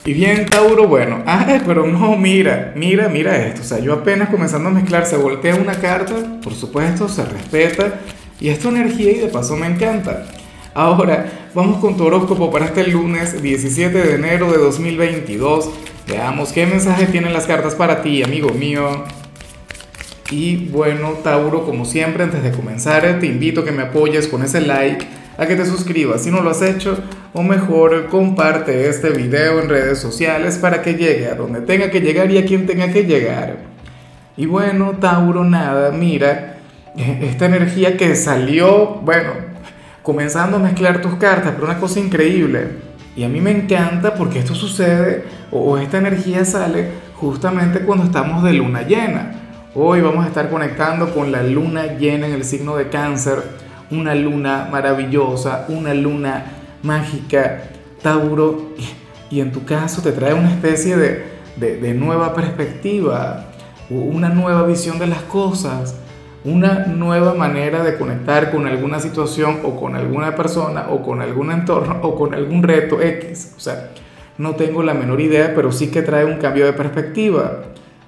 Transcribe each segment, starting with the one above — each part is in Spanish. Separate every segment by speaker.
Speaker 1: Y bien, Tauro, bueno, pero no, mira esto, o sea, yo apenas comenzando a mezclar, se voltea una carta, por supuesto, se respeta, y es tu energía y de paso me encanta. Ahora, vamos con tu horóscopo para este lunes 17 de enero de 2022. Veamos qué mensaje tienen las cartas para ti, amigo mío. Y bueno, Tauro, como siempre, antes de comenzar, te invito a que me apoyes con ese like, a que te suscribas si no lo has hecho, o mejor, comparte este video en redes sociales para que llegue a donde tenga que llegar y a quien tenga que llegar. Y bueno, Tauro, nada, mira, esta energía que salió, bueno, comenzando a mezclar tus cartas, pero una cosa increíble. Y a mí me encanta porque esto sucede, o esta energía sale justamente cuando estamos de luna llena. Hoy vamos a estar conectando con la luna llena en el signo de Cáncer, una luna maravillosa, una luna mágica, Tauro, y en tu caso te trae una especie de nueva perspectiva, una nueva visión de las cosas, una nueva manera de conectar con alguna situación o con alguna persona o con algún entorno o con algún reto X. O sea, no tengo la menor idea, pero sí que trae un cambio de perspectiva.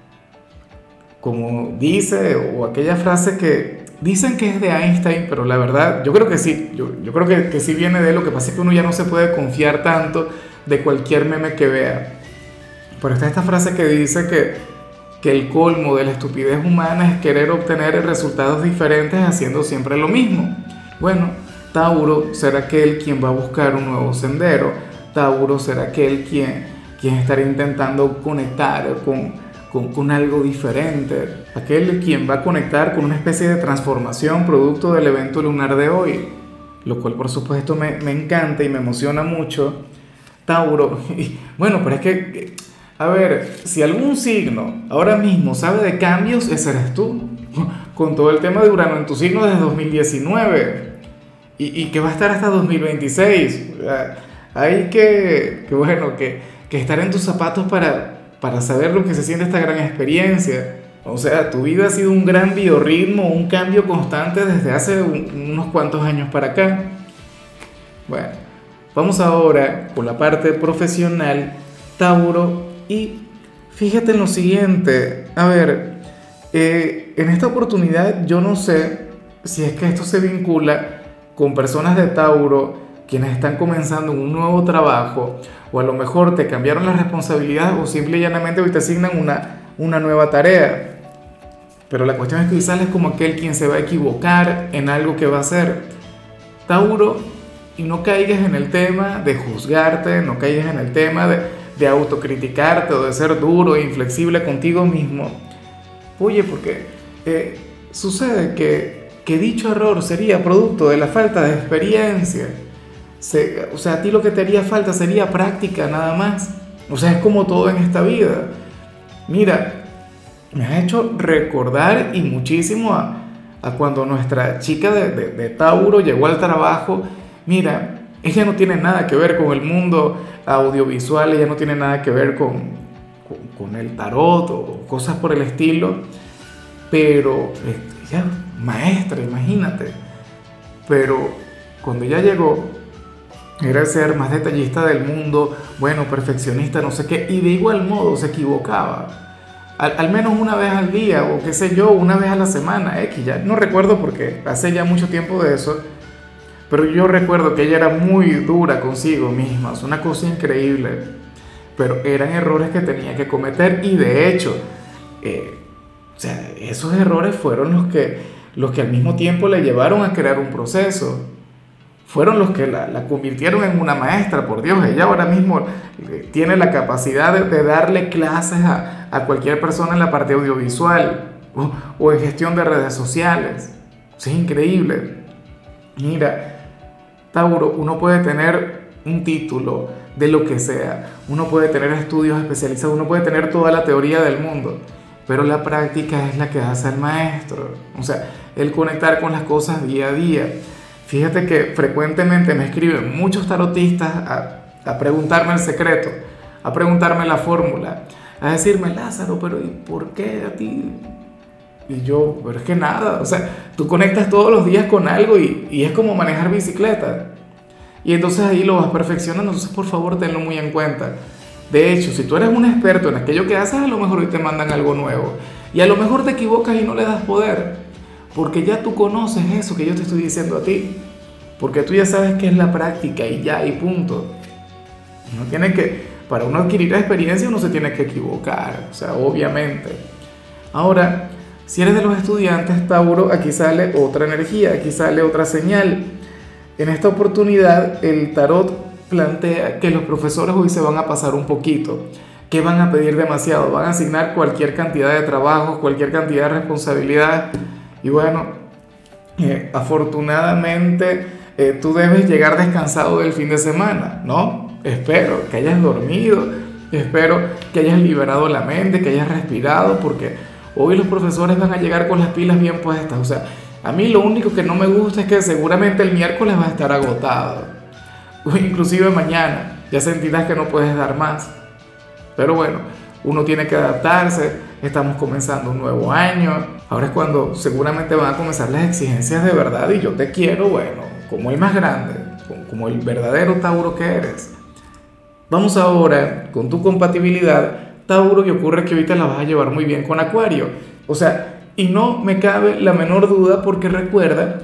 Speaker 1: Como dice, o aquella frase que dicen que es de Einstein, pero la verdad, yo creo que sí, yo creo que sí viene de él. Lo que pasa es que uno ya no se puede confiar tanto de cualquier meme que vea. Pero está esta frase que dice que el colmo de la estupidez humana es querer obtener resultados diferentes haciendo siempre lo mismo. Bueno, Tauro será aquel quien va a buscar un nuevo sendero. Tauro será aquel quien estará intentando conectar con algo diferente, aquel quien va a conectar con una especie de transformación producto del evento lunar de hoy, lo cual por supuesto me encanta y me emociona mucho, Tauro. Y bueno, pero es que, a ver, si algún signo ahora mismo sabe de cambios, ese eres tú, con todo el tema de Urano en tu signo desde 2019 y que va a estar hasta 2026. Hay bueno, que estar en tus zapatos para saber lo que se siente esta gran experiencia. O sea, tu vida ha sido un gran biorritmo, un cambio constante desde hace unos cuantos años para acá. Bueno, vamos ahora con la parte profesional, Tauro, y fíjate en lo siguiente. A ver, en esta oportunidad yo no sé si es que esto se vincula con personas de Tauro quienes están comenzando un nuevo trabajo, o a lo mejor te cambiaron las responsabilidades o simple y llanamente hoy te asignan una nueva tarea. Pero la cuestión es que hoy sales como aquel quien se va a equivocar en algo que va a hacer, Tauro, y no caigas en el tema de juzgarte, no caigas en el tema de autocriticarte o de ser duro e inflexible contigo mismo. Oye, porque sucede que dicho error sería producto de la falta de experiencia. O sea, a ti lo que te haría falta sería práctica nada más. O sea, es como todo en esta vida. Mira, me has hecho recordar y muchísimo a cuando nuestra chica de Tauro llegó al trabajo. Mira, ella no tiene nada que ver con el mundo audiovisual, ella no tiene nada que ver con el tarot o cosas por el estilo, pero ella maestra, imagínate. Pero cuando ella llegó, era el ser más detallista del mundo, bueno, perfeccionista, no sé qué, y de igual modo se equivocaba. Al menos una vez al día, o qué sé yo, una vez a la semana, X, ya no recuerdo porque hace ya mucho tiempo de eso, pero yo recuerdo que ella era muy dura consigo misma, es una cosa increíble, pero eran errores que tenía que cometer y de hecho, o sea, esos errores fueron los que al mismo tiempo le llevaron a crear un proceso. Fueron los que la convirtieron en una maestra, por Dios. Ella ahora mismo tiene la capacidad de darle clases a cualquier persona en la parte audiovisual o en gestión de redes sociales. Es increíble. Mira, Tauro, uno puede tener un título de lo que sea, uno puede tener estudios especializados, uno puede tener toda la teoría del mundo, pero la práctica es la que hace al maestro. O sea, el conectar con las cosas día a día. Fíjate que frecuentemente me escriben muchos tarotistas a preguntarme el secreto, a preguntarme la fórmula, a decirme, Lázaro, pero ¿y por qué a ti? Y yo, pero es que nada, o sea, tú conectas todos los días con algo y es como manejar bicicleta. Y entonces ahí lo vas perfeccionando, entonces por favor tenlo muy en cuenta. De hecho, si tú eres un experto en aquello que haces, a lo mejor hoy te mandan algo nuevo. Y a lo mejor te equivocas y no le das poder. Porque ya tú conoces eso que yo te estoy diciendo a ti. Porque tú ya sabes qué es la práctica y ya, y punto. Uno tiene que, para uno adquirir la experiencia, uno se tiene que equivocar. O sea, obviamente. Ahora, si eres de los estudiantes, Tauro, aquí sale otra energía, aquí sale otra señal. En esta oportunidad, el tarot plantea que los profesores hoy se van a pasar un poquito, que van a pedir demasiado, van a asignar cualquier cantidad de trabajos, cualquier cantidad de responsabilidad. Y bueno, afortunadamente tú debes llegar descansado del fin de semana, ¿no? Espero que hayas dormido, espero que hayas liberado la mente, que hayas respirado, porque hoy los profesores van a llegar con las pilas bien puestas. O sea, a mí lo único que no me gusta es que seguramente el miércoles va a estar agotado, o inclusive mañana, ya sentirás que no puedes dar más. Pero bueno, uno tiene que adaptarse, estamos comenzando un nuevo año, ahora es cuando seguramente van a comenzar las exigencias de verdad y yo te quiero, bueno, como el más grande, como el verdadero Tauro que eres. Vamos ahora con tu compatibilidad, Tauro, y ocurre que ahorita la vas a llevar muy bien con Acuario. O sea, y no me cabe la menor duda porque recuerda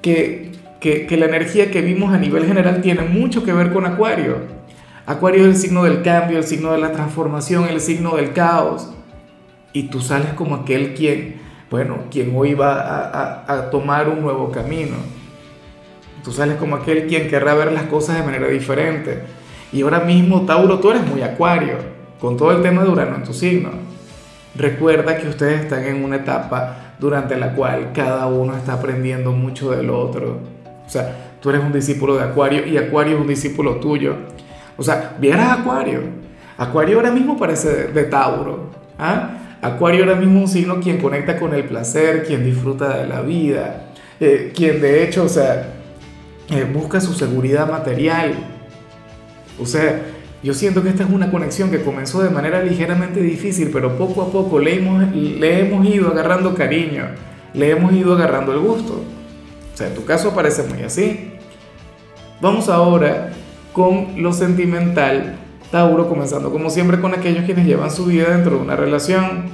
Speaker 1: que la energía que vimos a nivel general tiene mucho que ver con Acuario. Acuario es el signo del cambio, el signo de la transformación, el signo del caos. Y tú sales como aquel quien hoy va a tomar un nuevo camino. Tú sales como aquel quien querrá ver las cosas de manera diferente. Y ahora mismo, Tauro, tú eres muy Acuario, con todo el tema de Urano en tu signo. Recuerda que ustedes están en una etapa durante la cual cada uno está aprendiendo mucho del otro. O sea, tú eres un discípulo de Acuario y Acuario es un discípulo tuyo. O sea, vieras Acuario. Acuario ahora mismo parece de Tauro. ¿Ah? Acuario ahora mismo es un signo quien conecta con el placer, quien disfruta de la vida, quien de hecho, o sea, busca su seguridad material. O sea, yo siento que esta es una conexión que comenzó de manera ligeramente difícil, pero poco a poco le hemos ido agarrando cariño, le hemos ido agarrando el gusto. O sea, en tu caso parece muy así. Vamos ahora con lo sentimental, Tauro, comenzando como siempre con aquellos quienes llevan su vida dentro de una relación.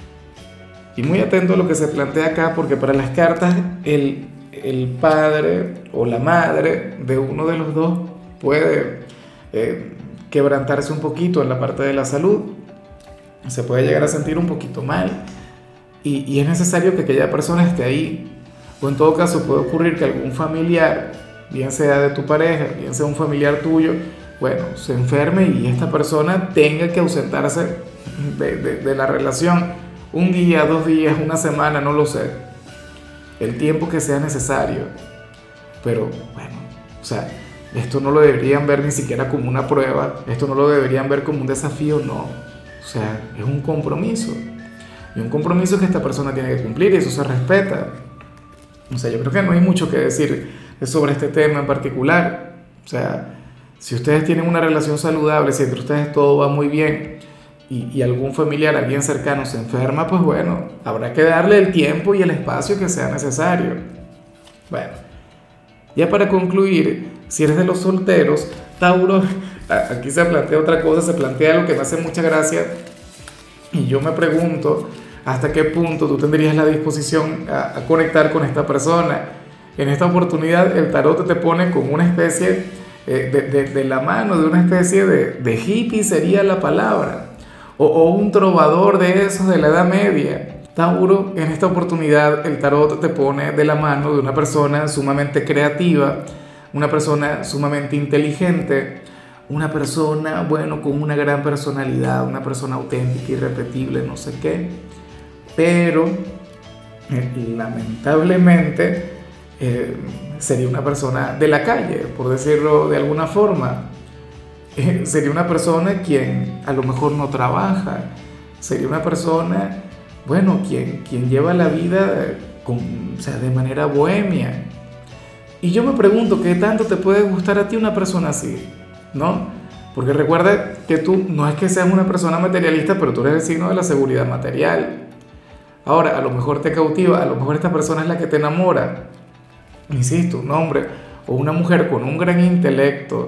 Speaker 1: Y muy atento a lo que se plantea acá, porque para las cartas el padre o la madre de uno de los dos puede quebrantarse un poquito en la parte de la salud, se puede llegar a sentir un poquito mal y es necesario que aquella persona esté ahí, o en todo caso puede ocurrir que algún familiar, bien sea de tu pareja, bien sea un familiar tuyo, bueno, se enferme y esta persona tenga que ausentarse de la relación un día, 2 días, una semana, no lo sé, el tiempo que sea necesario. Pero bueno, o sea, esto no lo deberían ver ni siquiera como una prueba, esto no lo deberían ver como un desafío, no. O sea, es un compromiso. Y un compromiso que esta persona tiene que cumplir y eso se respeta. O sea, yo creo que no hay mucho que decir sobre este tema en particular. O sea, si ustedes tienen una relación saludable, si entre ustedes todo va muy bien y algún familiar, alguien cercano se enferma, pues bueno, habrá que darle el tiempo y el espacio que sea necesario. Bueno, ya para concluir, si eres de los solteros, Tauro, aquí se plantea otra cosa, se plantea algo que me hace mucha gracia y yo me pregunto hasta qué punto tú tendrías la disposición a conectar con esta persona. En esta oportunidad el tarot te pone como una especie de la mano, de una especie de hippie sería la palabra, o un trovador de esos de la Edad Media. Tauro, en esta oportunidad el tarot te pone de la mano de una persona sumamente creativa, una persona sumamente inteligente, una persona, bueno, con una gran personalidad, una persona auténtica, irrepetible, no sé qué, pero lamentablemente sería una persona de la calle, por decirlo de alguna forma. Sería una persona quien a lo mejor no trabaja, sería una persona, bueno, quien lleva la vida o sea, de manera bohemia. Y yo me pregunto, ¿qué tanto te puede gustar a ti una persona así? ¿No? Porque recuerda que tú no es que seas una persona materialista, pero tú eres el signo de la seguridad material. Ahora, a lo mejor te cautiva, a lo mejor esta persona es la que te enamora. Insisto, un hombre o una mujer con un gran intelecto,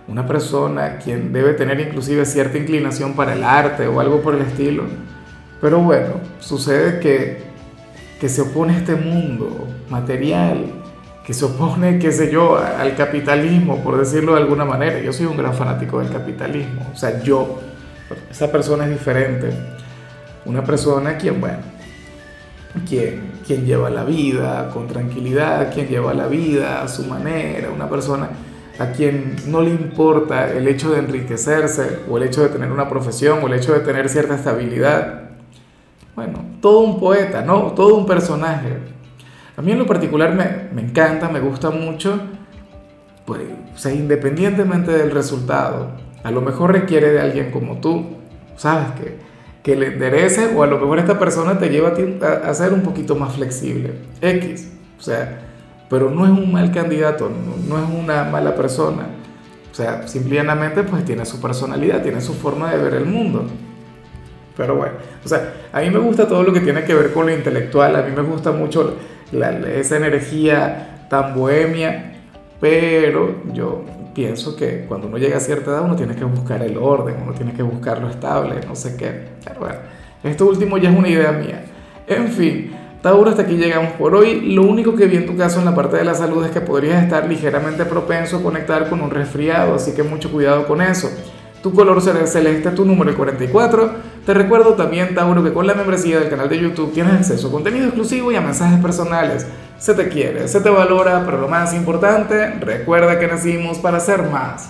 Speaker 1: una persona quien debe tener inclusive cierta inclinación para el arte o algo por el estilo. Pero bueno, sucede que se opone a este mundo material, que se opone, qué sé yo, al capitalismo, por decirlo de alguna manera. Yo soy un gran fanático del capitalismo, o sea, esa persona es diferente. Una persona quien, bueno, quien lleva la vida con tranquilidad, quien lleva la vida a su manera, una persona a quien no le importa el hecho de enriquecerse o el hecho de tener una profesión o el hecho de tener cierta estabilidad. Bueno, todo un poeta, ¿no? Todo un personaje. A mí en lo particular me encanta, me gusta mucho, pues, o sea, independientemente del resultado, a lo mejor requiere de alguien como tú, ¿sabes? Que le enderece, o a lo mejor esta persona te lleva a ti a ser un poquito más flexible. X, o sea, pero no es un mal candidato, no es una mala persona. O sea, simplemente pues tiene su personalidad, tiene su forma de ver el mundo. Pero bueno, o sea, a mí me gusta todo lo que tiene que ver con lo intelectual, a mí me gusta mucho esa energía tan bohemia, pero yo pienso que cuando uno llega a cierta edad uno tiene que buscar el orden, uno tiene que buscar lo estable, no sé qué. Pero bueno, esto último ya es una idea mía. En fin, Tauro, hasta aquí llegamos por hoy. Lo único que vi en tu caso en la parte de la salud es que podrías estar ligeramente propenso a conectar con un resfriado, así que mucho cuidado con eso. Tu color será el celeste, tu número el 44. Te recuerdo también, Tauro, que con la membresía del canal de YouTube tienes acceso a contenido exclusivo y a mensajes personales. Se te quiere, se te valora, pero lo más importante, recuerda que nacimos para ser más.